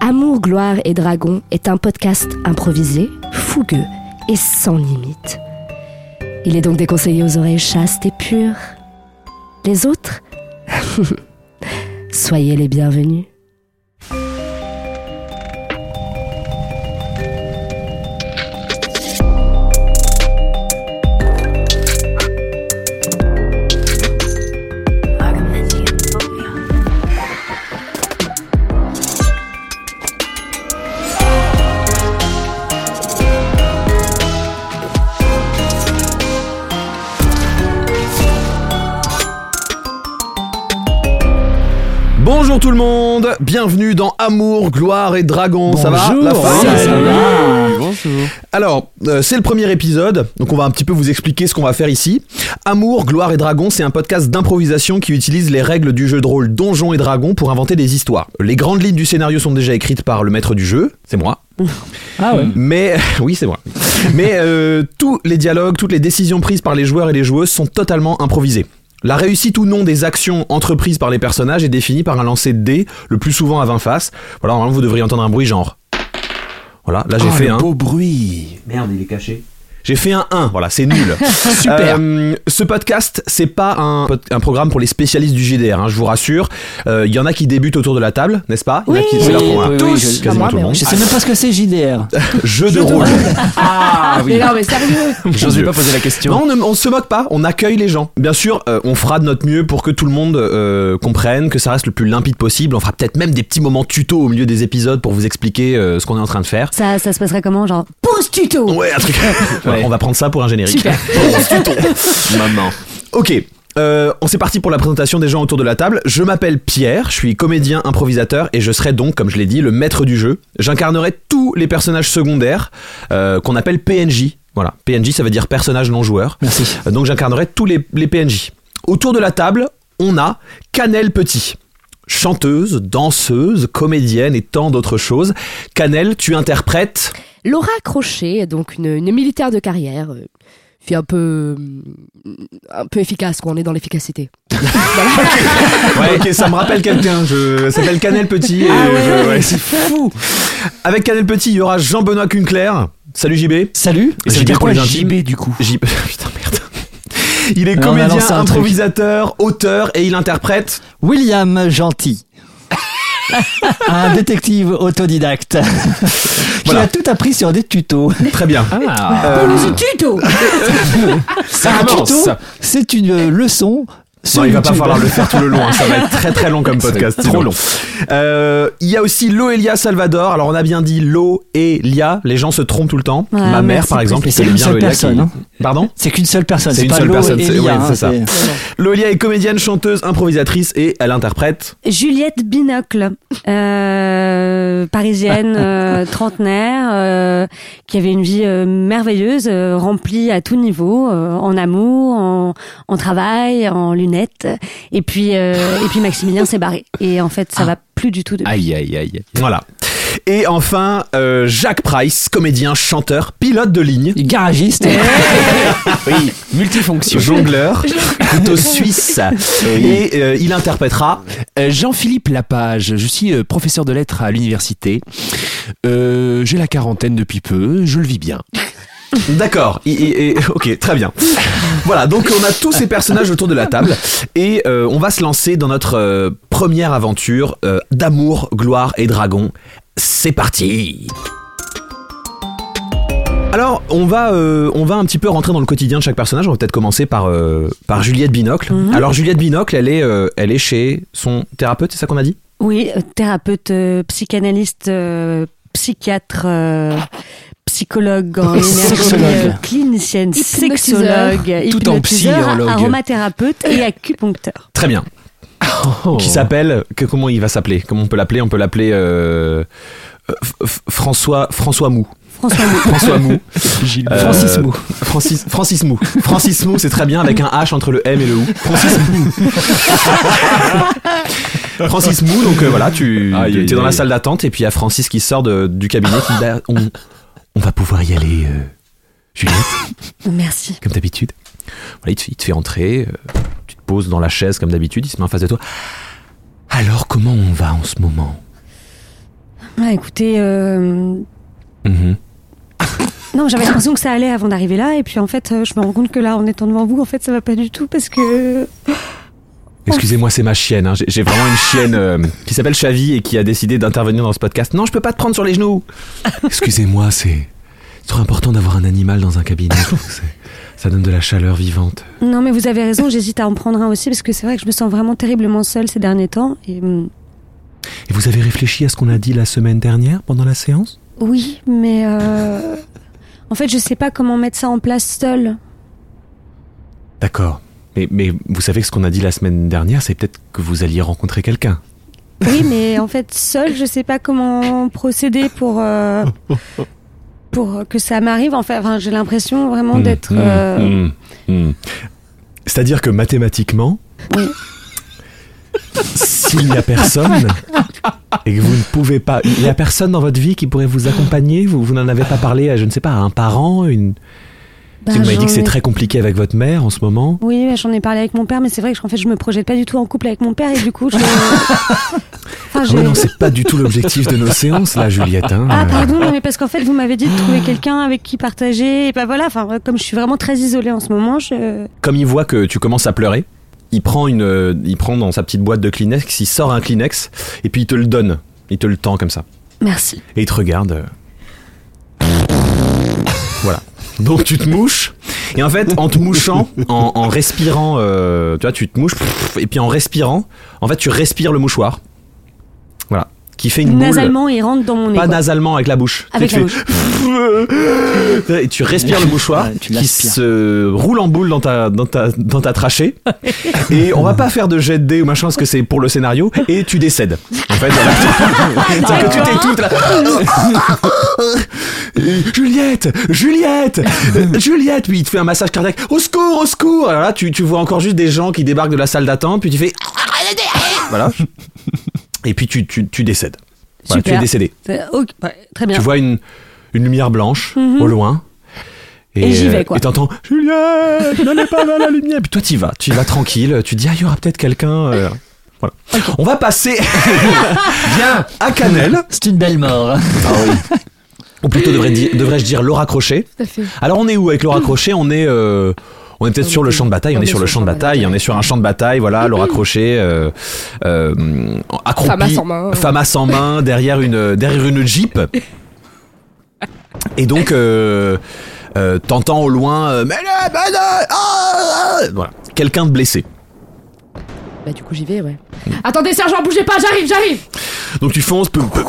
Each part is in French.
Amour, gloire et dragon est un podcast improvisé, fougueux et sans limite. Il est donc déconseillé aux oreilles chastes et pures. Les autres, soyez les bienvenus. Bonjour tout le monde, bienvenue dans Amour, gloire et dragon. Bonjour, ça va la forme? ça va. Bonjour. Alors, c'est le premier épisode, donc on va un petit peu vous expliquer ce qu'on va faire ici. Amour, gloire et dragon, c'est un podcast d'improvisation qui utilise les règles du jeu de rôle Donjons et Dragons pour inventer des histoires. Les grandes lignes du scénario sont déjà écrites par le maître du jeu, c'est moi. Ah ouais. Mais oui, c'est moi. Mais tous les dialogues, toutes les décisions prises par les joueurs et les joueuses sont totalement improvisées. La réussite ou non des actions entreprises par les personnages est définie par un lancer de dés, le plus souvent à 20 faces. Voilà, normalement vous devriez entendre un bruit genre. Voilà, là j'ai fait un. Beau bruit. Merde, il est caché. J'ai fait un 1, voilà, c'est nul. Super. Ce podcast, c'est pas un programme pour les spécialistes du JDR, hein, je vous rassure. Il y en a qui débutent autour de la table, n'est-ce pas? Il y en a qui, c'est là pour tous, quasiment tout le monde. Je sais même pas ce que c'est JDR. Jeu de rôle. Ah oui. Mais non, mais sérieux. J'ose pas poser la question. Non, on se moque pas, on accueille les gens. Bien sûr, on fera de notre mieux pour que tout le monde comprenne, que ça reste le plus limpide possible. On fera peut-être même des petits moments tuto au milieu des épisodes pour vous expliquer ce qu'on est en train de faire. Ça se passerait comment, genre pause tuto? Ouais, un truc. Ouais. On va prendre ça pour un générique. Super. Maman. Ok. C'est parti pour la présentation des gens autour de la table. Je m'appelle Pierre, je suis comédien improvisateur et je serai donc, comme je l'ai dit, le maître du jeu. J'incarnerai tous les personnages secondaires qu'on appelle PNJ. Voilà, PNJ ça veut dire personnage non joueur. Merci. Donc j'incarnerai tous les PNJ. Autour de la table, on a Cannelle Petit. Chanteuse, danseuse, comédienne et tant d'autres choses. Cannelle, tu interprètes... Laura Crochet, donc une militaire de carrière, fille un peu efficace, quoi. On est dans l'efficacité. Ouais, ok, ça me rappelle quelqu'un. Ça s'appelle Cannelle Petit. Et ouais, c'est fou. Avec Cannelle Petit, il y aura Jean-Benoît Cunclair. Salut JB. Salut. Et Ça c'est veut dire pour quoi les intimes. JB du coup? Putain, merde. Il est Alors, on a comédien, lancé un truc. improvisateur, auteur et il interprète... William Gentil. Un détective autodidacte qui Voilà. a tout appris sur des tutos. Très bien. Tuto. Un tuto, c'est une leçon. Non, il va pas falloir le faire tout le long, hein. Ça va être très très long comme podcast. Trop long. Il y a aussi Loelia Salvador. Alors on a bien dit Loelia, les gens se trompent tout le temps. Ah, Ma mère merci par exemple, pour qui ça. connaît C'est bien une seule Loelia. personne, hein. Pardon? C'est qu'une seule personne. C'est une pas seule Lo personne, et c'est- Lia, ouais, hein, c'est ça. Loelia est comédienne, chanteuse, improvisatrice et elle interprète... Juliette Binocle, parisienne, trentenaire, qui avait une vie merveilleuse, remplie à tout niveau, en amour, en travail, en lunettes. Et puis Maximilien s'est barré. Et en fait, ça va plus du tout depuis. Aïe aïe aïe. Voilà. Et enfin, Jacques Price, comédien, chanteur, pilote de ligne, Garagiste. Oui, multifonction. jongleur, couteau suisse. Et il interprétera... Jean-Philippe Lapage, je suis professeur de lettres à l'université. J'ai la quarantaine depuis peu, je le vis bien. D'accord, ok, très bien. Voilà, donc on a tous ces personnages autour de la table et on va se lancer dans notre première aventure d'amour, gloire et dragon. C'est parti. Alors, on va un petit peu rentrer dans le quotidien de chaque personnage. On va peut-être commencer par Juliette Binocle. Mhm. Alors Juliette Binocle, elle est chez son thérapeute, c'est ça qu'on a dit? Oui, thérapeute, psychanalyste, psychiatre, psychologue en énergie, Sexologue. clinicienne, Hypnotiseur. sexologue, Tout en hypnotiseur, psychologue. aromathérapeute et acupuncteur. Très bien. Qui s'appelle... Comment il va s'appeler? Comment on peut l'appeler? On peut l'appeler François Mou. François Mou. Francis Mou. Francis Mou. Francis Mou, c'est très bien avec un H entre le M et le OU. Francis Mou. Francis Mou, donc voilà, tu es dans la salle d'attente et puis il y a Francis qui sort du cabinet qui dit bah, on va pouvoir y aller, Juliette, Merci. comme d'habitude. Voilà, il te fait entrer, tu te poses dans la chaise comme d'habitude, il se met en face de toi. Alors, comment on va en ce moment? Écoutez, Mhm. non, j'avais l'impression que ça allait avant d'arriver là, et puis en fait, je me rends compte que là, en étant devant vous, en fait, ça va pas du tout parce que. Excusez-moi, c'est ma chienne. Hein. J'ai vraiment une chienne qui s'appelle Chavi et qui a décidé d'intervenir dans ce podcast. Non, je peux pas te prendre sur les genoux. Excusez-moi, c'est trop important d'avoir un animal dans un cabinet. Je trouve que ça donne de la chaleur vivante. Non, mais vous avez raison, j'hésite à en prendre un aussi parce que c'est vrai que je me sens vraiment terriblement seule ces derniers temps. Et vous avez réfléchi à ce qu'on a dit la semaine dernière pendant la séance ? oui, mais en fait, je sais pas comment mettre ça en place seule. D'accord. Mais vous savez que ce qu'on a dit la semaine dernière, c'est peut-être que vous alliez rencontrer quelqu'un. Oui, mais en fait, seule, je sais pas comment procéder pour que ça m'arrive. Enfin, j'ai l'impression vraiment d'être. C'est-à-dire que mathématiquement, Oui. s'il n'y a personne et que vous ne pouvez pas, il n'y a personne dans votre vie qui pourrait vous accompagner. Vous n'en avez pas parlé à, je ne sais pas, à un parent, vous m'avez dit que c'est très compliqué avec votre mère en ce moment. Oui, j'en ai parlé avec mon père, mais c'est vrai que en fait, je me projette pas du tout en couple avec mon père et du coup, Non, c'est pas du tout l'objectif de nos séances là, Juliette. Hein. Ah pardon, non, mais parce qu'en fait, vous m'avez dit de trouver quelqu'un avec qui partager. Et ben voilà, enfin, comme je suis vraiment très isolée en ce moment, Comme il voit que tu commences à pleurer, il prend dans sa petite boîte de Kleenex, il sort un Kleenex et puis il te le donne, il te le tend comme ça. Merci. Et il te regarde. Voilà. Donc tu te mouches et en fait en te mouchant, en respirant, tu vois, tu te mouches et puis en respirant, en fait tu respires le mouchoir. Voilà. Qui fait une boule. Nasalement, il rentre dans mon nez. Pas nasalement, avec la bouche. Avec tu la fais... Et tu respires le mouchoir Tu qui l'aspires. se roule en boule dans ta trachée. Et on va pas faire de jet de dés ou machin parce que c'est pour le scénario. Et tu décèdes. En fait, voilà. C'est que tu t'étouffes là. Juliette. Puis il te fait un massage cardiaque. Au secours. Alors là, tu vois encore juste des gens qui débarquent de la salle d'attente. Puis tu fais. Voilà. Et puis tu décèdes. Voilà, tu es décédé. Ok, ouais, très bien. Tu vois une lumière blanche au loin. Et j'y vais, quoi. Et t'entends Juliette, n'allez pas vers la lumière. Puis toi tu y vas tranquille. Tu te dis il y aura peut-être quelqu'un. Voilà. Okay. On va passer bien à Cannelle. C'est une belle mort. Ah oui. Ou plutôt devrais-je dire Laura Crochet. Tout à fait. Alors on est où avec Laura Crochet ? On est peut-être sur le champ de bataille. On est sur le champ de bataille. On est sur un champ de bataille. Voilà, Laura Crochet, accroupie, Famas en main, derrière une Jeep. Et donc, t'entends au loin, voilà, quelqu'un de blessé. Bah du coup j'y vais, ouais. Attendez sergent, bougez pas, j'arrive. Donc tu fonces.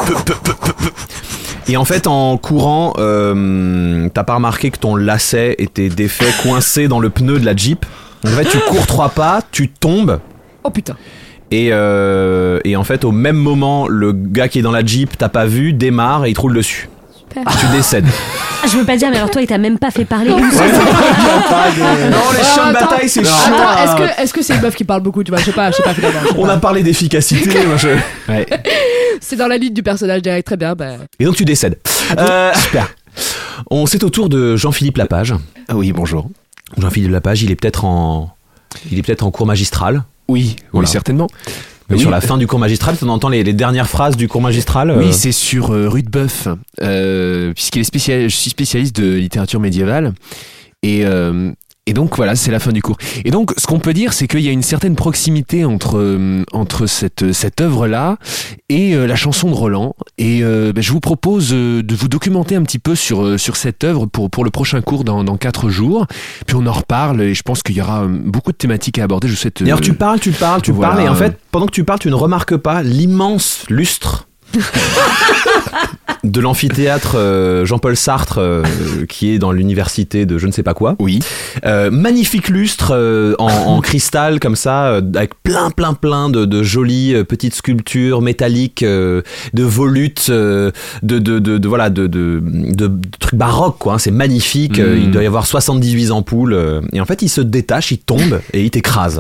Et en fait, en courant, t'as pas remarqué que ton lacet était défait, coincé dans le pneu de la Jeep. Donc en fait, tu cours 3 pas, tu tombes. Oh putain. Et en fait, au même moment, le gars qui est dans la Jeep, t'as pas vu, démarre et il te roule dessus. Super. Tu décèdes. Je veux pas dire, mais alors toi, il t'a même pas fait parler. Non, les champs de bataille, c'est chiant. Attends, est-ce que c'est une meuf qui parle beaucoup, tu vois, je sais pas finalement. On a parlé d'efficacité. Ouais. C'est dans la ligne du personnage direct, très bien. Bah. Et donc tu décèdes. Super. C'est au tour de Jean-Philippe Lapage. Ah oui, bonjour. Jean-Philippe Lapage, il est peut-être en cours magistral. Oui, Voilà. oui, certainement. Mais Oui. sur la fin du cours magistral, on entend les dernières phrases du cours magistral. Oui, c'est sur Rudebeuf, je suis spécialiste de littérature médiévale. Et donc voilà, c'est la fin du cours. Et donc ce qu'on peut dire, c'est qu'il y a une certaine proximité entre cette œuvre-là et la chanson de Roland. Et je vous propose de vous documenter un petit peu sur cette œuvre pour le prochain cours dans 4 jours. Puis on en reparle et je pense qu'il y aura beaucoup de thématiques à aborder. Je souhaite. D'ailleurs, tu parles, voilà. et en fait, pendant que tu parles, tu ne remarques pas l'immense lustre de l'amphithéâtre Jean-Paul Sartre qui est dans l'université de je ne sais pas quoi. Oui. Magnifique lustre en cristal comme ça, avec plein de jolies petites sculptures métalliques, de volutes, de trucs baroques quoi. Hein, c'est magnifique. Il doit y avoir 78 ampoules et en fait il se détache, il tombe et il t'écrase.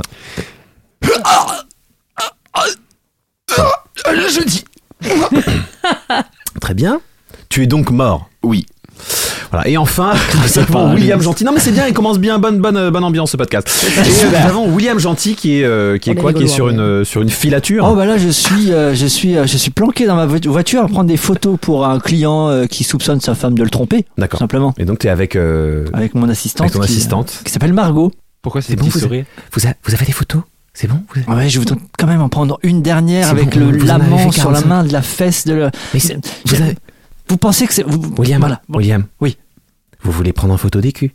Je dis. Très bien. Tu es donc mort. Oui. Voilà. Et enfin, nous avons William Gentil. Non mais c'est bien, il commence bien, bonne ambiance ce podcast. Et nous avons William Gentil qui est sur une filature. Oh bah là je suis planqué dans ma voiture à prendre des photos pour un client qui soupçonne sa femme de le tromper. D'accord. Tout simplement. Et donc t'es avec mon assistante. Avec ton assistante. Qui s'appelle Margot. Pourquoi C'est bon, vous avez des photos? C'est bon? Ouais, je voudrais quand même en prendre une dernière C'est avec bon, vous en avez l'amant fait sur la 45. main de la fesse de Vous pensez que c'est... William, Voilà. Bon. William. Oui. Vous voulez prendre en photo des culs?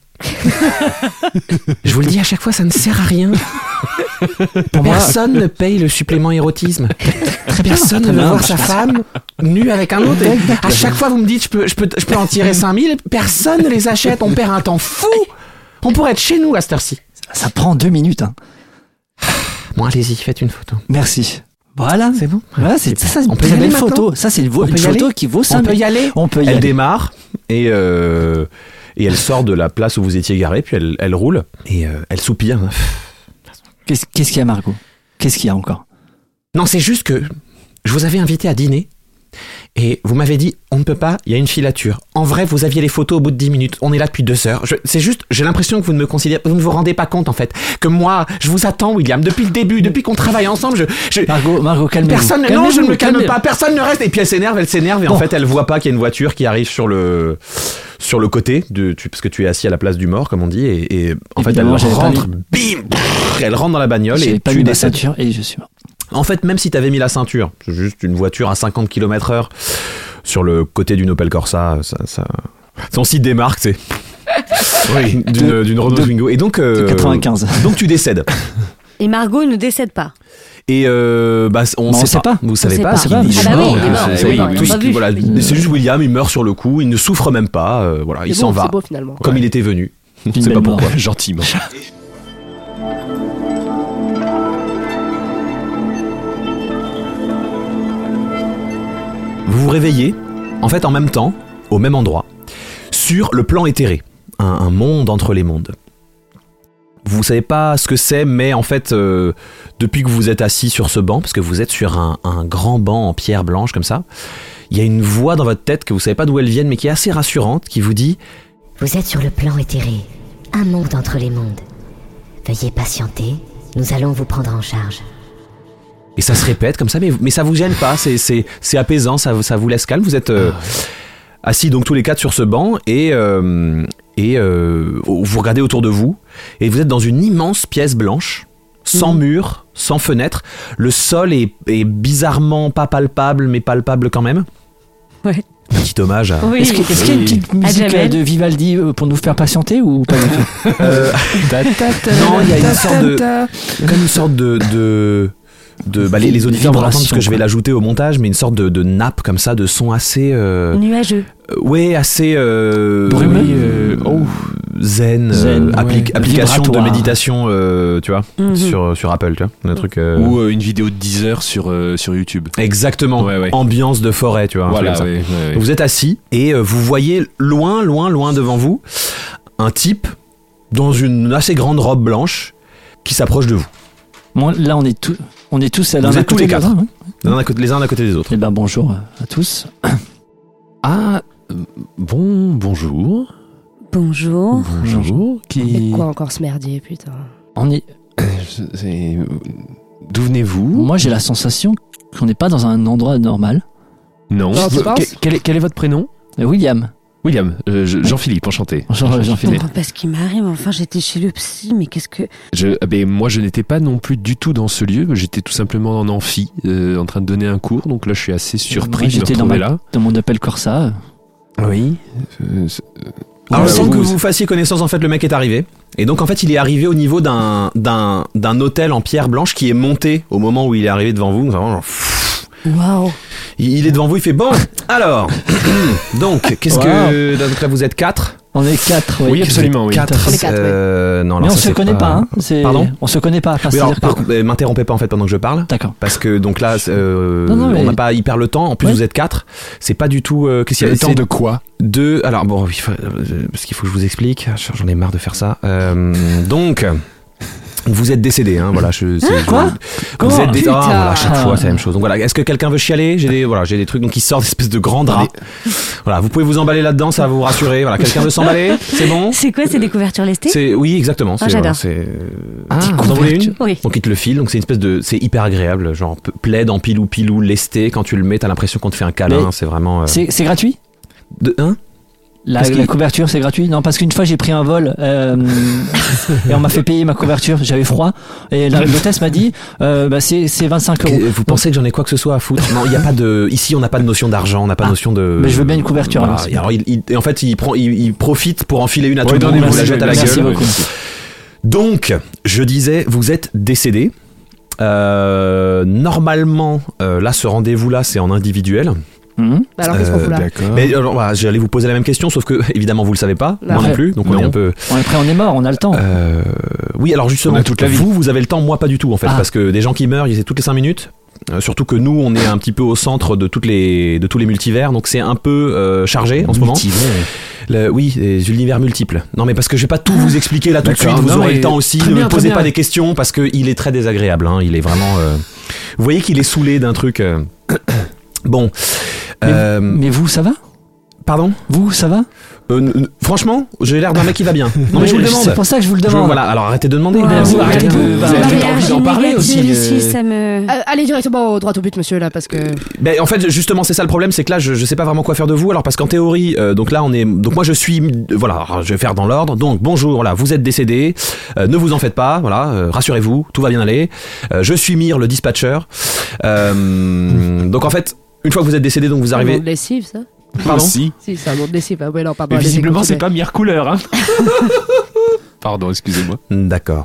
Je vous le dis à chaque fois, ça ne sert à rien. Personne ne paye le supplément érotisme. Personne ne veut voir sa femme nue avec un autre. Et à chaque fois, vous me dites, je peux en tirer 5000. Personne ne les achète. On perd un temps fou. On pourrait être chez nous à cette heure-ci. Ça prend 2 minutes. Hein. Bon, allez-y, faites une photo. Merci. Voilà. C'est bon? Voilà, c'est ça, c'est On une peut y très aller belle maintenant photo. Ça, c'est une On peut y photo aller qui vaut On 5 peut y aller? On peut y Elle aller. démarre et elle sort de la place où vous étiez garé, puis elle roule et elle soupire. Qu'est-ce qu'il y a, Margot? Qu'est-ce qu'il y a encore? Non, c'est juste que je vous avais invité à dîner et vous m'avez dit on ne peut pas, il y a une filature. En vrai, vous aviez les photos au bout de 10 minutes. On est là depuis 2 heures. C'est juste, j'ai l'impression que vous ne vous rendez pas compte en fait. Que moi, je vous attends, William, depuis le début, depuis qu'on travaille ensemble. Margot, calmez-vous. Personne, non, je ne me calme pas. Personne ne reste. Et puis elle s'énerve et en fait, elle voit pas qu'il y a une voiture qui arrive sur le côté parce que tu es assis à la place du mort, comme on dit, et en fait, elle rentre, bim, elle rentre dans la bagnole J'avais et pas tu mis ma décèdes. ceinture et je suis mort. En fait, même si t'avais mis la ceinture, c'est juste une voiture à 50 km/h sur le côté d'une Opel Corsa, son site démarque, c'est d'une Renault Twingo. Et donc, 95. Donc tu décèdes. Et Margot ne décède pas. Et on sait pas. Vous savez sait pas. pas. Parce Ah qu'il bah mort. oui, il est mort. C'est- Oui, oui, on tout l'a ce qui- vu. voilà, Oui. c'est juste William, il meurt sur le coup, il ne souffre même pas. Voilà, il C'est s'en bon, va c'est beau finalement. comme il était venu. Une C'est belle pas mort. pourquoi. Gentiment. Vous vous réveillez, en fait en même temps, au même endroit, sur le plan éthéré, un monde entre les mondes. Vous savez pas ce que c'est, mais en fait, depuis que vous êtes assis sur ce banc, parce que vous êtes sur un grand banc en pierre blanche comme ça, il y a une voix dans votre tête que vous savez pas d'où elle vient, mais qui est assez rassurante, qui vous dit Vous êtes sur le plan éthéré, un monde entre les mondes. Veuillez patienter, nous allons vous prendre en charge. et ça se répète comme ça, mais ça vous gêne pas, c'est apaisant, ça vous laisse calme. Vous êtes assis donc tous les 4 sur ce banc et vous regardez autour de vous et vous êtes dans une immense pièce blanche, sans mur, sans fenêtre. Le sol est bizarrement pas palpable, mais palpable quand même. Ouais. Un petit hommage à... Oui. Est-ce qu'il y a une petite musique Jamel. de Vivaldi pour nous faire patienter ou pas du tout? Non, il y a une sorte de les auditeurs vont l'entendre parce que je vais l'ajouter au montage, mais une sorte de nappe comme ça, de son assez Nuageux. ouais, assez Brumeux. zen, Zen, application de vibratoire. méditation, tu vois, Mhm. sur Apple, tu vois, un truc. Ou une vidéo de 10 heures sur YouTube. Exactement. Ouais. Ambiance de forêt, tu vois. un truc Voilà, comme ça. ouais. Vous êtes assis et vous voyez loin devant vous un type dans une assez grande robe blanche qui s'approche de vous. Bon, là, on est tous à l'un Vous à êtes tous côté les de 4. l'autre, hein. Les uns à côté des autres. Eh ben bonjour à tous. Ah, bonjour. Bonjour. Bonjour. C'est Qui. quoi encore ce merdier, putain? On est. D'où venez-vous? Moi, j'ai la sensation qu'on n'est pas dans un endroit normal. Non. Non, tu penses Quel est votre prénom? William. William. Jean-Philippe, enchanté. Je Jean-Philippe. comprends pas ce qui m'arrive. Enfin, j'étais chez le psy, mais qu'est-ce que... Moi, je n'étais pas non plus du tout dans ce lieu. J'étais tout simplement en amphi, en train de donner un cours. Donc là, je suis assez surpris Moi, de me j'étais retrouver là. dans mon Opel Corsa. Oui. Alors, Ouais, sans que vous- vous fassiez connaissance, en fait, le mec est arrivé. Et donc, en fait, il est arrivé au niveau d'un hôtel en pierre blanche qui est monté au moment où il est arrivé devant vous. Vraiment, genre, Waouh. il est devant vous, il fait bon. Alors, donc, qu'est-ce que. Donc là, vous êtes 4. On est 4, Oui, absolument, oui. 4. On est quatre, Non, Mais alors on ça, se c'est connaît pas, hein. Pardon On se connaît pas. Enfin, Oui, alors, c'est-à-dire que- m'interrompez pas en fait pendant que je parle. D'accord. Parce que donc là, non, mais- on n'a pas hyper le temps. En plus, Ouais. vous êtes 4. C'est pas du tout. Qu'est-ce qu'il y a Le temps de quoi? deux. Alors bon, parce qu'il faut que je vous explique. J'en ai marre de faire ça. Donc, Vous êtes décédé, hein, voilà. Quoi Vous êtes décédé. Putain. Voilà, à chaque fois, c'est la même chose. Donc voilà, est-ce que quelqu'un veut chialer? J'ai des trucs donc qui sortent d'espèces de grands draps. Voilà, vous pouvez vous emballer là-dedans, ça va vous rassurer. Voilà, quelqu'un veut s'emballer? C'est bon? C'est quoi, c'est des couvertures lestées? Oui, exactement. j'adore. Vous en voulez une? Oui. Donc il te le file, donc c'est hyper agréable, genre plaid en pilou lesté. Quand tu le mets, t'as l'impression qu'on te fait un câlin. Mais c'est vraiment. C'est gratuit La couverture, c'est gratuit? Non, parce qu'une fois j'ai pris un vol et on m'a fait payer ma couverture, j'avais froid et l'hôtesse m'a dit c'est 25 €. Vous pensez que j'en ai quoi que ce soit à foutre? Non, il y a pas de. Ici, on n'a pas de notion d'argent, on n'a pas de notion de. Mais je veux bien une couverture. Voilà. Alors, et en fait, il profite pour enfiler une à tout le monde, donnez-moi vous la jette à la merci gueule. beaucoup. Donc, je disais, vous êtes décédé. Normalement, là, ce rendez-vous-là, c'est en individuel. Bah alors qu'est-ce qu'on fout là? D'accord. Mais alors, voilà, j'allais vous poser la même question, sauf que évidemment vous le savez pas, moi non plus, donc on est un peu. Après on est mort, on a le temps. Oui, alors justement, On a toute la vie. vous avez le temps, moi pas du tout en fait, parce que des gens qui meurent, c'est toutes les 5 minutes. Surtout que nous, on est un petit peu au centre de tous les multivers, donc c'est un peu chargé en ce moment. Oui, les univers multiples. Non, mais parce que je vais pas tout vous expliquer là tout de suite. D'accord, Vous non, aurez mais le temps aussi. très Ne bien, me très posez bien. pas des questions parce que il est très désagréable. Hein, il est vraiment. Vous voyez qu'il est saoulé d'un truc. Bon. Mais vous, ça va? Pardon? Vous, ça va? Franchement, j'ai l'air d'un mec qui va bien. Non, mais je vous le demande. C'est pour ça que je vous le demande. Voilà, alors arrêtez de demander. Ouais, vous arrêtez de- Vous bah, avez j'ai l'énergie envie d'en parler aussi, négative, ça me... Allez directement droit au but, monsieur, là, parce que. Ben, en fait, justement, c'est ça le problème, c'est que là, je sais pas vraiment quoi faire de vous. Alors, parce qu'en théorie, donc là, donc moi, je suis, voilà, je vais faire dans l'ordre. Donc, bonjour, là, vous êtes décédé. Ne vous en faites pas, voilà, rassurez-vous, tout va bien aller. Je suis Mir, le dispatcher. Donc, en fait, une fois que vous êtes décédé, donc vous C'est un arrivez. nom de lessive, ça? Pardon. Si. Si, c'est un nom de lessive. Ah ouais, non, pardon. Mais allez-y, visiblement, c'est continuez. pas Mire Couleur. Hein. Pardon, excusez-moi. D'accord.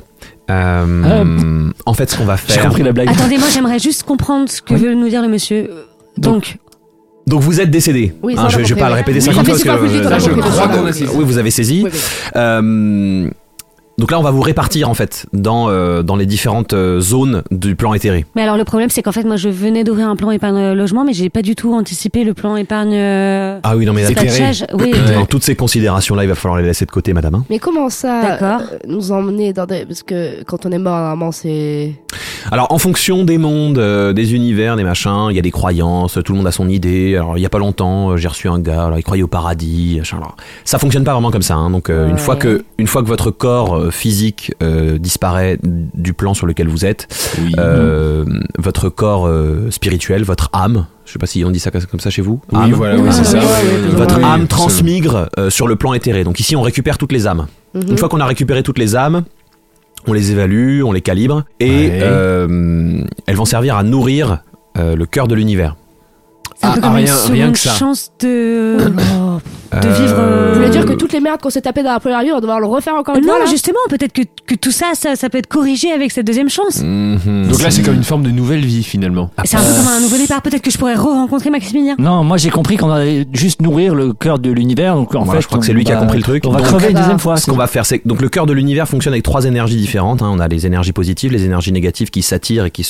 En fait, ce qu'on va J'ai faire. compris la blague. Attendez, moi j'aimerais juste comprendre ce que veut nous dire le monsieur. Donc, Donc, vous êtes décédé. Oui, ça, Hein, on a je vais compris, pas le ouais. répéter Oui, 50 ça fois fait six fois que vous le dites, on a je compris, crois monsieur. qu'on a saisi. Oui, vous avez saisi. Oui, oui. Donc là, on va vous répartir en fait dans les différentes zones du plan éthéré. mais alors le problème c'est qu'en fait moi je venais d'ouvrir un plan épargne logement, mais j'ai pas du tout anticipé le plan épargne Ah oui, non mais dispatchage. Oui. dans toutes ces considérations-là, il va falloir les laisser de côté, madame. Hein. Mais comment ça D'accord. nous emmener dans des. Parce que quand on est mort, normalement, c'est. Alors, en fonction des mondes, des univers, des machins, il y a des croyances, tout le monde a son idée. Alors, il y a pas longtemps, j'ai reçu un gars, alors il croyait au paradis. Machin, alors, ça fonctionne pas vraiment comme ça. Hein. Donc, une fois que votre corps physique disparaît du plan sur lequel vous êtes, Oui. votre corps spirituel, votre âme, je sais pas si on dit ça comme ça chez vous. Oui, âme. voilà, oui, c'est ça. Votre Oui, âme absolument. transmigre sur le plan éthéré. Donc ici, on récupère toutes les âmes. Une fois qu'on a récupéré toutes les âmes, on les évalue, on les calibre, et Ouais. elles vont servir à nourrir le cœur de l'univers. C'est un peu Ah, comme rien- une rien seconde que ça. chance de vivre. Vous voulez dire que toutes les merdes qu'on s'est tapées dans la première vie, on va devoir le refaire encore une Non, fois là justement, peut-être que tout ça peut être corrigé avec cette deuxième chance. Donc là, c'est comme une forme de nouvelle vie finalement. C'est un peu comme un nouveau départ. Peut-être que je pourrais re-rencontrer Maximilien. Non, moi j'ai compris qu'on allait juste nourrir le cœur de l'univers. Donc en Voilà, fait, je crois que c'est lui qui a compris le truc. On va Donc, crever une deuxième fois. Ce qu'on va faire, c'est que donc le cœur de l'univers fonctionne avec 3 énergies différentes. Hein. On a les énergies positives, les énergies négatives qui s'attirent et qui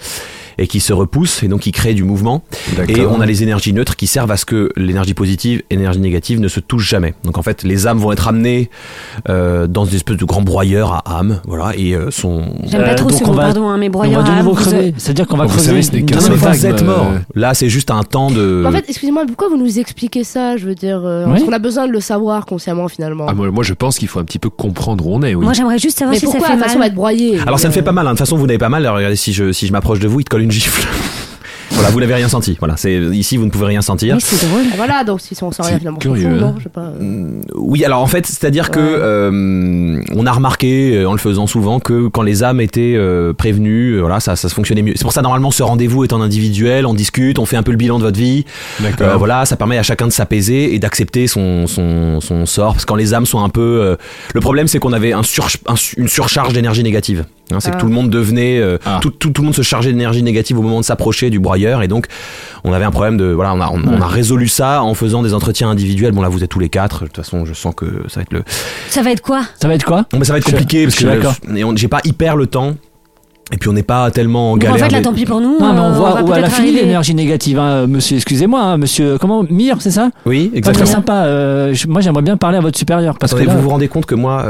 se repoussent et donc qui créent du mouvement. Et on a les énergies neutres qui servent à ce que l'énergie positive et l'énergie négative ne se touchent jamais. Donc en fait, les âmes vont être amenées dans une espèce de grand broyeur à âmes, voilà, et sont. J'aime pas trop donc ce on mot, va- pardon, hein, mais On broyeur va de à nouveau âme, vous- crever. C'est-à-dire qu'on va Bon, vous creuser. savez, ce n'est une qu'un Non, mais deuxième vous vague. êtes mort. Là, c'est juste un temps de. En fait, excusez-moi, pourquoi vous nous expliquez ça? Je veux dire, Oui. parce qu'on a besoin de le savoir consciemment finalement. Ah, moi, je pense qu'il faut un petit peu comprendre où on est. Oui. Moi, j'aimerais juste savoir Mais si ça pourquoi fait la façon va mal. être broyée? Alors ça ne fait pas mal. Hein. De toute façon, vous n'avez pas mal. Alors, regardez, si je m'approche de vous, il te colle une gifle. Voilà, vous n'avez rien senti. Voilà, c'est ici, vous ne pouvez rien sentir. Oui, c'est drôle. Ah, voilà, donc si on sent rien C'est finalement, curieux, on s'en fout, hein. non, je sais pas. Oui, alors en fait, c'est-à-dire que on a remarqué en le faisant souvent que quand les âmes étaient prévenues, voilà, ça se fonctionnait mieux. C'est pour ça normalement ce rendez-vous est en individuel, on discute, on fait un peu le bilan de votre vie. D'accord. Voilà, ça permet à chacun de s'apaiser et d'accepter son sort. Parce que quand les âmes sont un peu, le problème c'est qu'on avait une surcharge d'énergie négative. Hein, c'est que tout le monde devenait, tout le monde se chargeait d'énergie négative au moment de s'approcher du broyeur et donc on avait un problème de, voilà, on a résolu ça en faisant des entretiens individuels. Bon là vous êtes tous les 4. De toute façon je sens que ça va être Ça va être quoi? Ça va être quoi? Bon, mais ça va être compliqué Je suis d'accord. parce que j'ai pas hyper le temps. Et puis on n'est pas tellement en Donc, galère. en fait, là, tant pis pour nous. Non, mais on voit va où elle a peut-être fini arriver. l'énergie négative, hein, monsieur. Excusez-moi, hein, monsieur. Comment Mire, c'est ça? Oui, Pas exactement. très sympa. Moi, j'aimerais bien parler à votre supérieur parce Attendez, que là, vous vous rendez compte que moi,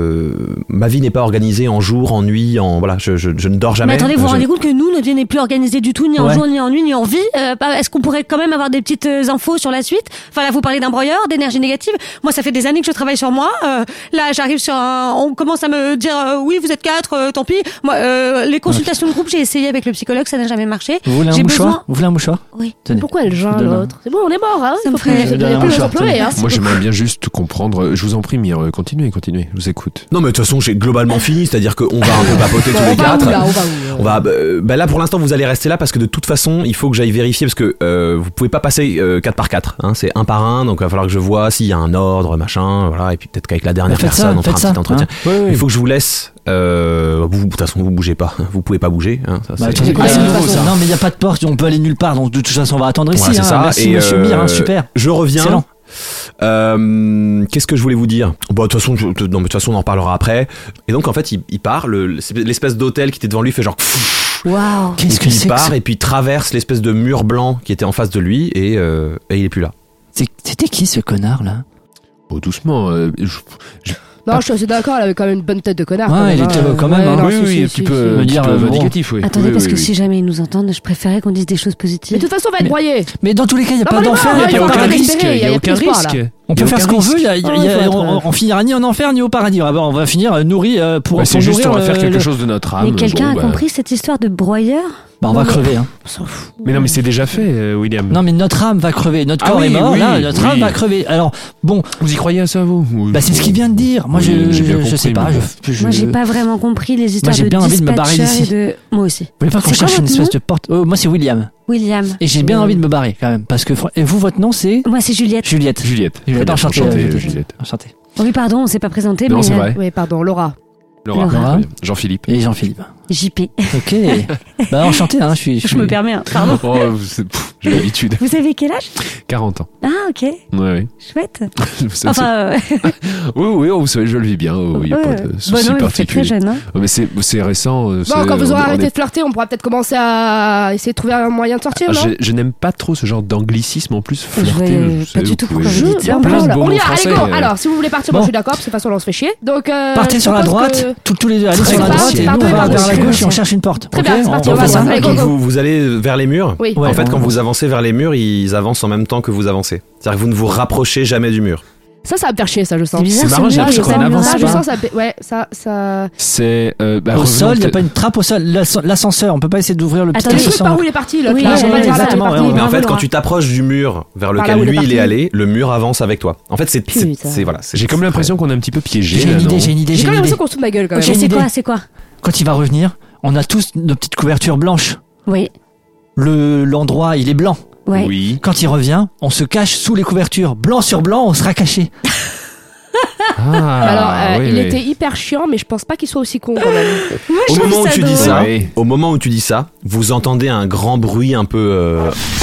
ma vie n'est pas organisée en jour, en nuit, en voilà, je ne dors jamais. Mais attendez, vous vous Je- rendez compte que nous, notre vie n'est plus organisée du tout, ni en Ouais. jour, ni en nuit, ni en vie. Est-ce qu'on pourrait quand même avoir des petites infos sur la suite? Enfin, là, vous parlez d'un broyeur, d'énergie négative. Moi, ça fait des années que je travaille sur moi. Là, j'arrive sur on commence à me dire, oui, vous êtes 4, tant pis. Moi, les consultations de groupe, j'ai essayé avec le psychologue, ça n'a jamais marché. vous voulez un J'ai mouchoir? besoin- Vous voulez un mouchoir? Oui. Tenez. Pourquoi elle geint Je donne un- l'autre? C'est bon, on est mort, hein. Ça me Il faut ferait- plus- Je il donne y a un plus mouchoir, besoin de pleurer, hein. Moi, j'aimerais bien juste comprendre. Je vous en prie, Mire, continuez, je vous écoute. Non, mais de toute façon, j'ai globalement fini, c'est-à-dire qu'on va un peu papoter tous Bon, les on va quatre. où, là, on va où On va, bah là pour l'instant vous allez rester là parce que de toute façon il faut que j'aille vérifier parce que vous pouvez pas passer 4 par 4 hein, c'est un par un donc il va falloir que je vois s'il y a un ordre machin voilà et puis peut-être qu'avec la dernière Faites personne ça, on fera un faites ça, petit entretien. hein. Oui, oui. Il faut que je vous laisse vous, de toute façon vous bougez pas vous pouvez pas bouger hein, ça, Bah, c'est- attendez, Ah, c'est de toute nouveau, façon. ça. Non, mais il n'y a pas de porte, on peut aller nulle part, donc de toute façon, on va attendre ici. Ouais, c'est hein. ça. Merci, Et, monsieur Mire, hein, super. Je reviens. Excellent. Qu'est-ce que je voulais vous dire? Bon, de toute façon, non, mais de toute façon, on en parlera après. Et donc, en fait, il part. L'espèce d'hôtel qui était devant lui fait genre. Waouh. Qu'est-ce Et que puis c'est il que part ça et puis traverse l'espèce de mur blanc qui était en face de lui et il est plus là. C'était qui ce connard là? Oh, doucement. Non, je suis assez d'accord, elle avait quand même une bonne tête de connard. Ouais, quand même, il était hein. quand même, Ouais, hein. non, oui, si, oui, si, un si, petit peu, si. Me un dire, petit peu bon. vindicatif, oui. Attendez, Oui, parce oui, que oui. si jamais ils nous entendent, je préférais qu'on dise des choses Mais positives. de toute façon, on va être Mais- broyé. Mais dans tous les cas, il n'y a Non, pas mais d'enfer, non, il il n'y y a a pas de aucun paradis. risque. Il y a aucun plus espoir, risque. là. On Il y peut a faire ce aucun qu'on veut, risque. on finira ni en enfer ni au paradis. On va finir nourri pour Bah, c'est pour juste, nourrir on va faire quelque le- chose de notre âme. Mais quelqu'un Bon, a bah. compris cette histoire de broyeur? Bah, on va crever. Hein. On s'en fout. Mais non, mais c'est déjà fait, William. Non, mais notre âme va crever. Notre Ah corps oui, est mort, oui, là, notre oui. âme va crever. Alors, bon, Vous y croyez à ça, vous? bah, c'est ce qu'il vient de dire. Moi, Oui, j'ai bien je sais compris, pas. mais Je- Moi, j'ai pas vraiment compris les histoires j'ai de bien envie de me barrer dispatchers d'ici. et de... Moi aussi. Vous voulez pas qu'on C'est quoi cherche une votre espèce nom de porte? Moi, c'est William. William. Et j'ai bien envie de me barrer, quand même. Parce que, et vous, votre nom, c'est Moi, c'est Juliette. Juliette. Juliette. Juliette, Enchanté, enchantée, Juliette. Enchanté. Oui, pardon, on s'est pas présenté, Non, mais c'est vrai. Oui, pardon, Laura. Laura. Laura. Très bien. Jean-Philippe. Et Jean-Philippe. JP. Ok. Bah, enchanté, hein. Je me permets, hein. Pardon. Oh, j'ai l'habitude. Vous avez quel âge? 40 ans. Ah, ok. Ouais, ouais. Chouette. Ça, Enfin, oui, oui, vous savez, je le vis bien. Il n'y a ouais. pas de Bon, souci non, mais vous êtes particulier. très jeune, hein. Oh, mais c'est récent. Bon, quand vous aurez arrêté de flirter, on pourra peut-être commencer à essayer de trouver un moyen de sortir, non? Je n'aime pas trop ce genre d'anglicisme en plus. Je Flirter, vais je sais, pas du vous tout pouvez- pourquoi vous dites Je ça. plein de beaux on mots y va, allez, français, go. Alors, si vous voulez partir, moi Bon. je suis d'accord, parce que de toute façon, là, on se fait chier. Donc, Partez je sur la propose droite, que- tous les deux, allez Très sur la bien, droite et nous, pardon, on va pardon, vers la pardon. gauche et on cherche une porte. Très Ok bien, c'est parti, on va fait ça. voir. Allez, go, Quand go. vous allez vers les murs, Oui. Ouais, en fait on quand avance. vous avancez vers les murs, ils avancent en même temps que vous avancez. C'est-à-dire que vous ne vous rapprochez jamais du mur. Ça va me faire chier, ça, je sens. C'est bizarre, C'est marrant, ce j'ai mur, l'impression il est qu'on pas avance Ça, mur. je pas. sens, ça. C'est. Au revenons sol, il n'y a peut-être- pas une trappe au sol. L'ascenseur, on peut pas essayer d'ouvrir le petit Attendez, Le truc ascenseur. par où il est parti, l'autre Oui, là. ouais, On va aller voir là, exactement, il est parti. ouais, Mais en fait, Bravo, quand Laura. tu t'approches du mur vers Par là lequel où il est lui il est parti. allé, le mur avance avec toi. En fait, Putain. c'est voilà. J'ai comme l'impression qu'on est un petit peu piégé. J'ai là, une idée, non j'ai une idée, J'ai j'ai quand une même idée. l'impression qu'on se fout de ma gueule quand Ok, même. J'ai une c'est idée. quoi, c'est quoi? Quand il va revenir, on a tous nos petites couvertures blanches. Oui, L'endroit, il est blanc. ouais. Oui. Quand il revient, on se cache sous les couvertures. Blanc sur blanc, on sera caché. Alors, oui, il oui. était hyper chiant, mais je pense pas qu'il soit aussi con quand même. Au moment où tu dis ça, Ouais. au moment où tu dis ça, vous entendez un grand bruit un peu.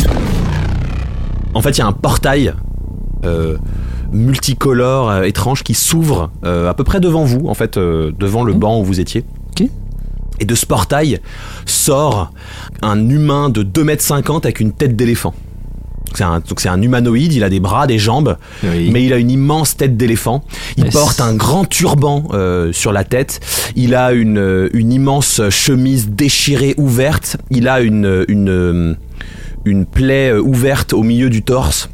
En fait, il y a un portail multicolore, étrange, qui s'ouvre à peu près devant vous, en fait, devant le banc où vous étiez. Ok. Et de ce portail sort un humain de 2,50 m avec une tête d'éléphant. Donc c'est un humanoïde, il a des bras, des jambes, Oui. mais il a une immense tête d'éléphant. Il Yes. porte un grand turban sur la tête. Il a une immense chemise déchirée ouverte. Il a une plaie ouverte au milieu du torse.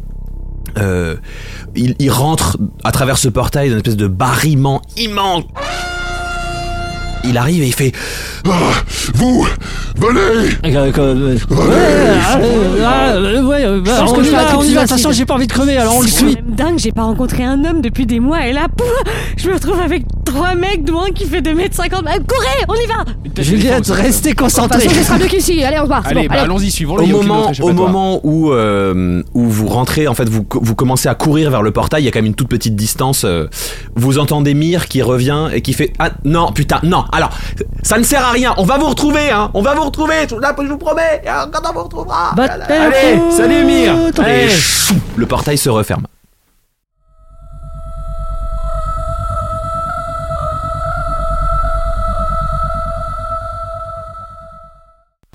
Il rentre à travers ce portail dans une espèce de barrillement immense. Il arrive et il fait Vous venez. pense que je fais un truc on y plus va. De toute façon, acide. j'ai pas envie de crever, alors on le C'est suit. quand même dingue, j'ai pas rencontré un homme depuis des mois et là, pouf, je me retrouve avec 3 mecs, dont un qui fait 2,50 m. Courez, on y va! Juliette, restez De toute concentrée. façon, ce sera mieux qu'ici. Allez, on se barre. C'est Allez, bon, bah, allez. allons-y, suivons-le. au il y a aucune moment, autre au échappatoire. moment où vous rentrez, en fait, vous commencez à courir vers le portail. Il y a quand même une toute petite distance. Vous entendez Mire qui revient et qui fait ah non putain non. Alors ça ne sert à rien. On va vous retrouver hein. On va vous retrouver. Je vous promets. Quand on vous retrouvera. Allez, salut Mire. Et Allez. chou, le portail se referme.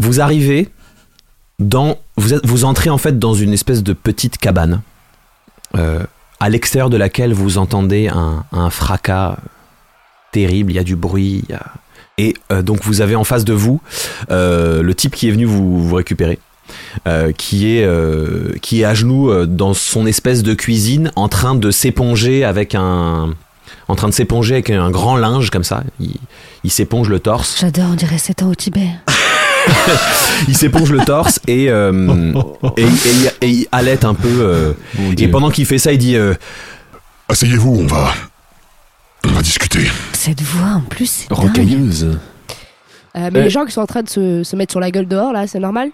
Vous arrivez vous entrez en fait dans une espèce de petite cabane à l'extérieur de laquelle vous entendez un fracas terrible, il y a du bruit, et donc vous avez en face de vous le type qui est venu vous récupérer. Qui est à genoux dans son espèce de cuisine en train de s'éponger avec un grand linge comme ça. Il s'éponge le torse. J'adore, on dirait 7 ans au Tibet. Il s'éponge le torse et il halète un peu. Et pendant qu'il fait ça, il dit asseyez-vous, on va discuter. Cette voix en plus, c'est dingue. Rocailleuse. Mais les gens qui sont en train de se mettre sur la gueule dehors, là, c'est normal?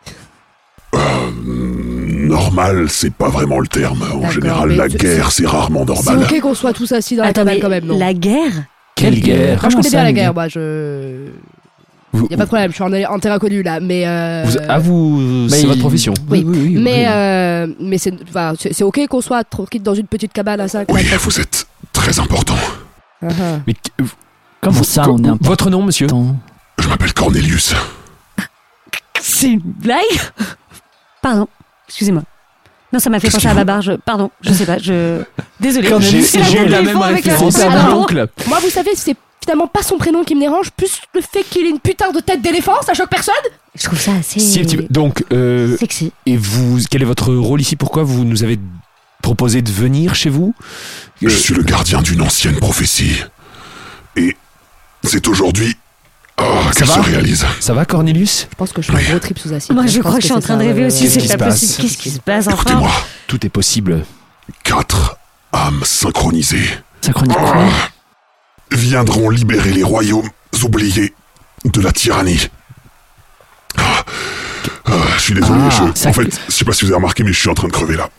Normal, c'est pas vraiment le terme. En général, la guerre, c'est rarement normal. C'est ok qu'on soit tous assis dans la cabane quand même, non? La guerre? Quelle guerre? Moi, je connais bien la guerre, moi, y a pas de problème, je suis en terrain connu là, mais c'est votre profession. Oui. Mais c'est ok qu'on soit tranquille dans une petite cabane à 5. Oui, vous êtes très important. Mais Comment ça, on est important? Votre nom, monsieur? Je m'appelle Cornelius. C'est une blague? Pardon, excusez-moi. Non, ça m'a fait penser à Babar. Pardon, je sais pas. Désolée. J'ai eu la même référence à mon oncle. Moi, vous savez, c'est finalement pas son prénom qui me dérange, plus le fait qu'il ait une putain de tête d'éléphant, ça choque personne? Je trouve ça assez Donc, sexy. Et vous, quel est votre rôle ici? Pourquoi vous nous avez proposé de venir chez vous? Je suis le gardien d'une ancienne prophétie. Et c'est aujourd'hui qu'elle se réalise. Ça va, Cornelius? Je pense que je suis un gros trip sous acide. Moi, je crois que je suis en train de rêver aussi, c'est pas possible. Qu'est-ce qui se passe enfin? Écoutez-moi. Tout est possible. 4 âmes synchronisées. Synchronisées. Viendront libérer les royaumes oubliés de la tyrannie. Je suis désolé, en fait, je sais pas si vous avez remarqué, mais je suis en train de crever là.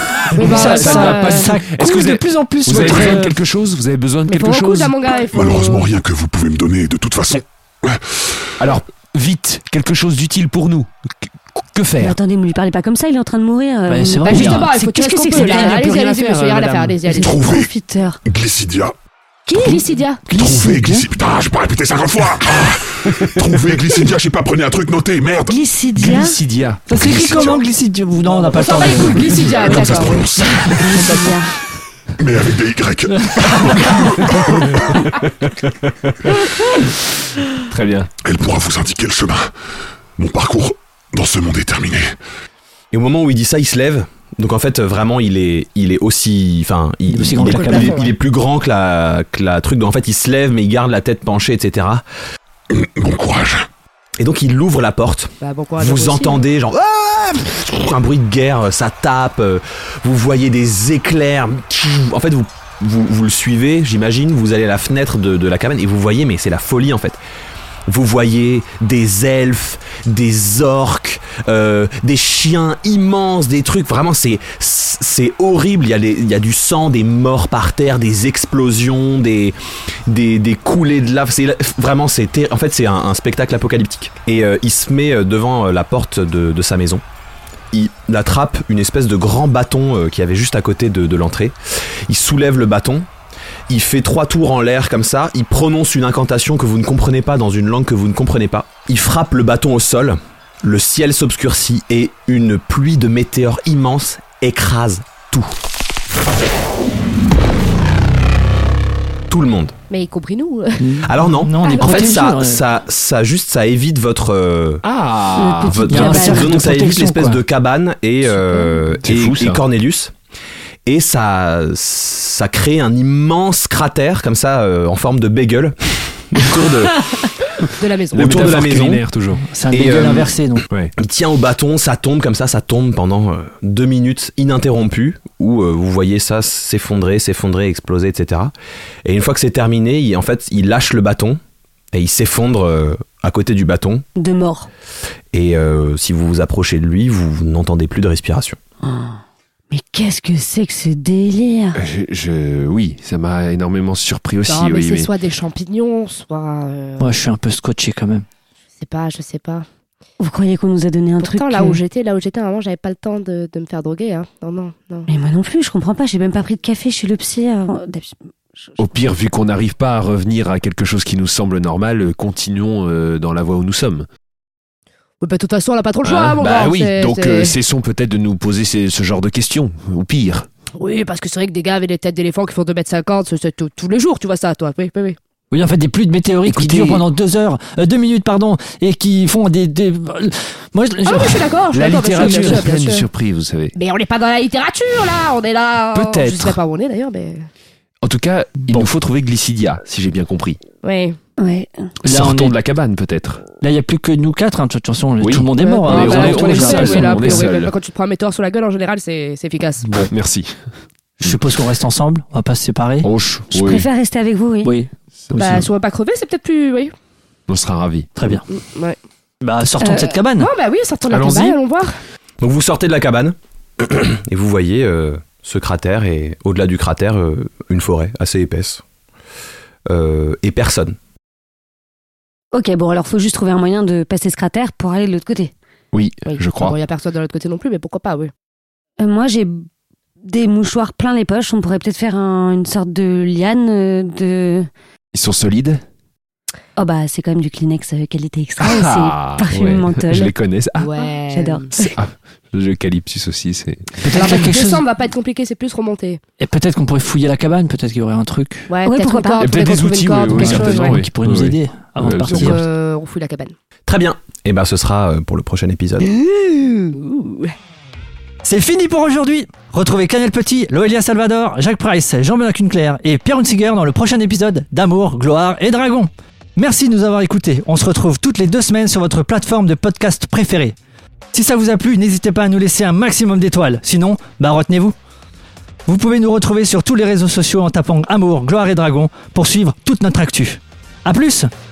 Ça Est-ce que vous de plus en plus. Vous avez besoin de quelque chose? Vous avez besoin de quelque chose? Là, mon gars, Malheureusement, rien que vous pouvez me donner, de toute façon. Alors, vite, quelque chose d'utile pour nous. Que faire? Mais attendez, ne lui parlez pas comme ça, il est en train de mourir. C'est vrai. Justement, il faut qu'est-ce que c'est que ça? c'est Allez-y, monsieur, il y a rien à faire, allez-y. Trouver Profiteur. Glycidia. Qui est Glycidia? Trouver Glycidia. Putain, j'ai pas répété 50 fois. Trouver Glycidia, je sais pas, prenez un truc noté, merde. Glycidia. Ça s'écrit comment, Glycidia? Non, on n'a pas le temps. Glycidia, Comme ça se d'accord. prononce. Mais avec des Y. Très bien. Elle pourra vous indiquer le chemin. Mon parcours dans ce monde est terminé. Et au moment où il dit ça, il se lève. Donc en fait, vraiment, il est aussi, enfin, il est plus grand que la truc. Donc en fait, il se lève, mais il garde la tête penchée, etc. Bon courage. Et donc il ouvre la porte. Bon courage vous aussi. entendez genre un bruit de guerre, ça tape. Vous voyez des éclairs. En fait, vous le suivez, j'imagine. Vous allez à la fenêtre de la cabane et vous voyez, mais c'est la folie en fait. Vous voyez des elfes, des orques, des chiens immenses, des trucs. Vraiment, c'est horrible. Il y a du sang, des morts par terre, des explosions, des coulées de lave. En fait, c'est un spectacle apocalyptique. Et il se met devant la porte de sa maison. Il attrape une espèce de grand bâton qui avait juste à côté de l'entrée. Il soulève le bâton. Il fait 3 tours en l'air comme ça, il prononce une incantation que vous ne comprenez pas dans une langue que vous ne comprenez pas. Il frappe le bâton au sol, le ciel s'obscurcit et une pluie de météores immense écrase tout. Tout le monde. Mais y compris nous. Alors non, on est en fait protégés, ça évite votre... cercle ça de évite l'espèce quoi. de cabane et fou, ça. Cornelius. Et ça crée un immense cratère comme ça en forme de bagel autour De la maison. autour de la maison. Culinaire, toujours. C'est un Et, bagel inversé, donc. Ouais. Il tient au bâton, ça tombe comme ça tombe pendant 2 minutes ininterrompues où vous voyez ça s'effondrer, exploser, etc. Et une fois que c'est terminé, il lâche le bâton et il s'effondre à côté du bâton. De mort. Et si vous vous approchez de lui, vous n'entendez plus de respiration. Oh. Mais qu'est-ce que c'est que ce délire? Oui, ça m'a énormément surpris aussi. Non, mais oui, c'est mais... soit des champignons, soit... Moi, je suis un peu scotché quand même. Je sais pas. Vous croyez qu'on nous a donné un Pourtant, truc là où j'étais, à un moment, j'avais pas le temps de me faire droguer. Hein. Non. Mais moi non plus, je comprends pas. J'ai même pas pris de café chez le psy. Au pire, vu qu'on n'arrive pas à revenir à quelque chose qui nous semble normal, continuons dans la voie où nous sommes. Ouais, bah, de toute façon, on n'a pas trop le choix, mon Bah gars. oui, donc cessons peut-être de nous poser ce genre de questions, ou pire. Oui, parce que c'est vrai que des gars avec des têtes d'éléphant qui font 2,50 m, c'est tous les jours, tu vois ça, toi. Oui. Oui, en fait, des pluies de météorites qui durent pendant 2 minutes, et qui font des... Moi, Ah oui, je suis d'accord. La bien littérature sûr, est bien pleine de sûr. surprises, vous savez. Mais on n'est pas dans la littérature, là. On est là. Peut-être. Je sais pas où on est, d'ailleurs, mais... En tout cas, il nous faut trouver Glycidia, si j'ai bien compris. Oui. Ouais. Sortons de la cabane, peut-être. Là, il n'y a plus que nous 4, de toute façon, Oui. tout le monde est mort. Ouais, hein. on est Déjà. seul, on est seul. Quand tu te prends un météore sur la gueule, en général, c'est efficace. Bon, merci. Je suppose qu'on reste ensemble, on va pas se séparer. Je préfère rester avec vous, oui. Oui. Bah, si on va pas crever, c'est peut-être plus... Oui. On sera ravis. Très bien. Ouais. Bah, sortons de cette cabane. Non, bah oui, sortons de la Allons-y. cabane, allons voir. Donc vous sortez de la cabane et vous voyez ce cratère et au-delà du cratère une forêt assez épaisse et personne. Ok, bon, alors faut juste trouver un moyen de passer ce cratère pour aller de l'autre côté. Oui, je Bon, crois. il y a personne de l'autre côté non plus, mais pourquoi pas, oui. Moi, j'ai des mouchoirs plein les poches. On pourrait peut-être faire une sorte de liane de... Ils sont solides. Oh bah, c'est quand même du Kleenex qualité extra. Ah, c'est parfumé ouais. menthol. Je les connais. Ah, Ouais. J'adore. l'eucalyptus aussi, c'est... Peut-être qu'il y a quelque chose. Décembre va pas être compliqué, c'est plus remonter. Et peut-être qu'on pourrait fouiller la cabane, peut-être qu'il y aurait un truc Ouais, Ouais, peut-être pourquoi une pas. corde, Il y a peut-être des qu'on trouve outils, une corde oui, ou oui, quelque chose, certainement, ouais. oui. qui pourrait nous aider avant de Ouais, partir. c'est Donc, bien. on fouille la cabane. Très bien. Et ben ce sera pour le prochain épisode. C'est fini pour aujourd'hui. Retrouvez Canel Petit, Loelia Salvador, Jacques Price, Jean-Benoît Kunkler et Pierre Hunziger dans le prochain épisode d'Amour, Gloire et Dragon. Merci de nous avoir écoutés. On se retrouve toutes les 2 semaines sur votre plateforme de podcast préférée. Si ça vous a plu, n'hésitez pas à nous laisser un maximum d'étoiles. Sinon, retenez-vous. Vous pouvez nous retrouver sur tous les réseaux sociaux en tapant Amour, Gloire et Dragon pour suivre toute notre actu. A plus!